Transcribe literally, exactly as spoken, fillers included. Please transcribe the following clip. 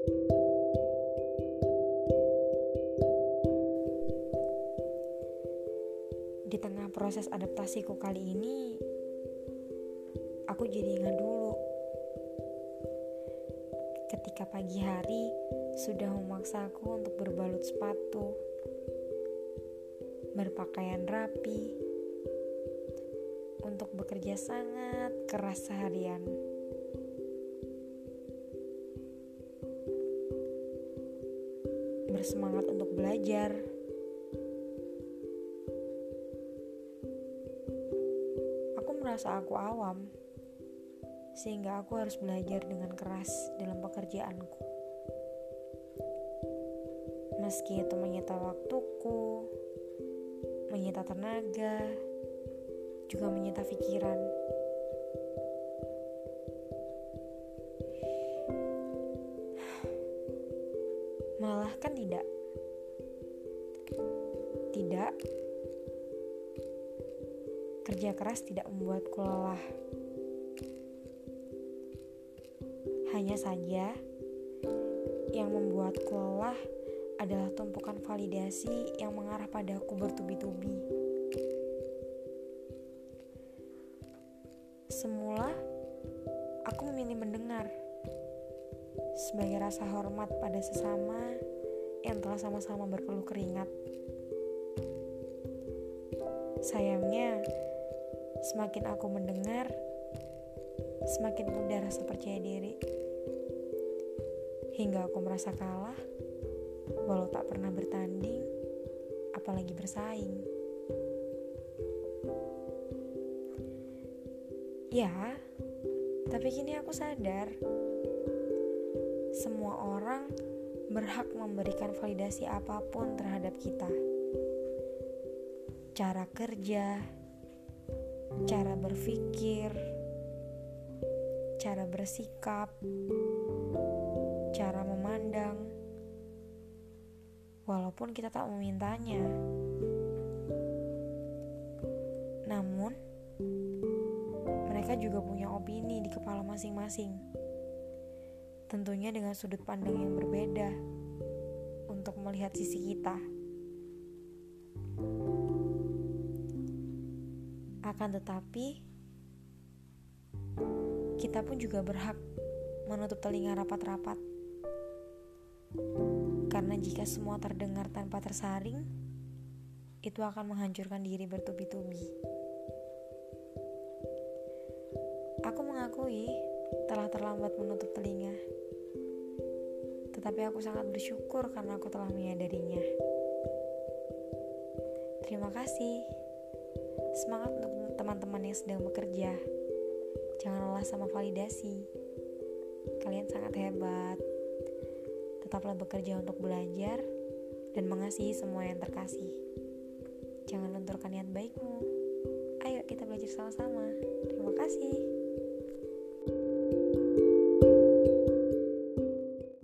Di tengah proses adaptasiku kali ini, aku jadi ingat dulu ketika pagi hari sudah memaksaku untuk berbalut sepatu, berpakaian rapi, untuk bekerja sangat keras seharian. Bersemangat untuk belajar. Aku merasa aku awam, sehingga aku harus belajar dengan keras dalam pekerjaanku. Meski itu menyita waktuku, menyita tenaga, juga menyita pikiran. Malah kan tidak. Tidak. Kerja keras tidak membuatku lelah. Hanya saja, yang membuatku lelah adalah tumpukan validasi yang mengarah padaku bertubi-tubi. Semula, aku memilih mendengar sebagai rasa hormat pada sesama yang telah sama-sama berpeluh keringat. Sayangnya, semakin aku mendengar, semakin mudah rasa percaya diri. Hingga aku merasa kalah, walau tak pernah bertanding, apalagi bersaing. Ya, tapi kini aku sadar, semua orang berhak memberikan validasi apapun terhadap kita. Cara kerja, cara berpikir, cara bersikap, cara memandang, walaupun kita tak memintanya. Namun, mereka juga punya opini di kepala masing-masing. Tentunya dengan sudut pandang yang berbeda untuk melihat sisi kita. Akan tetapi, kita pun juga berhak menutup telinga rapat-rapat. Karena jika semua terdengar tanpa tersaring, itu akan menghancurkan diri bertubi-tubi. Aku mengakui telah terlambat menutup telinga. Tetapi aku sangat bersyukur karena aku telah menyadarinya. Terima kasih. Semangat untuk teman-teman yang sedang bekerja. Jangan lelah sama validasi. Kalian sangat hebat. Tetaplah bekerja untuk belajar dan mengasihi semua yang terkasih. Jangan lunturkan niat baikmu. Ayo kita belajar sama-sama. Terima kasih.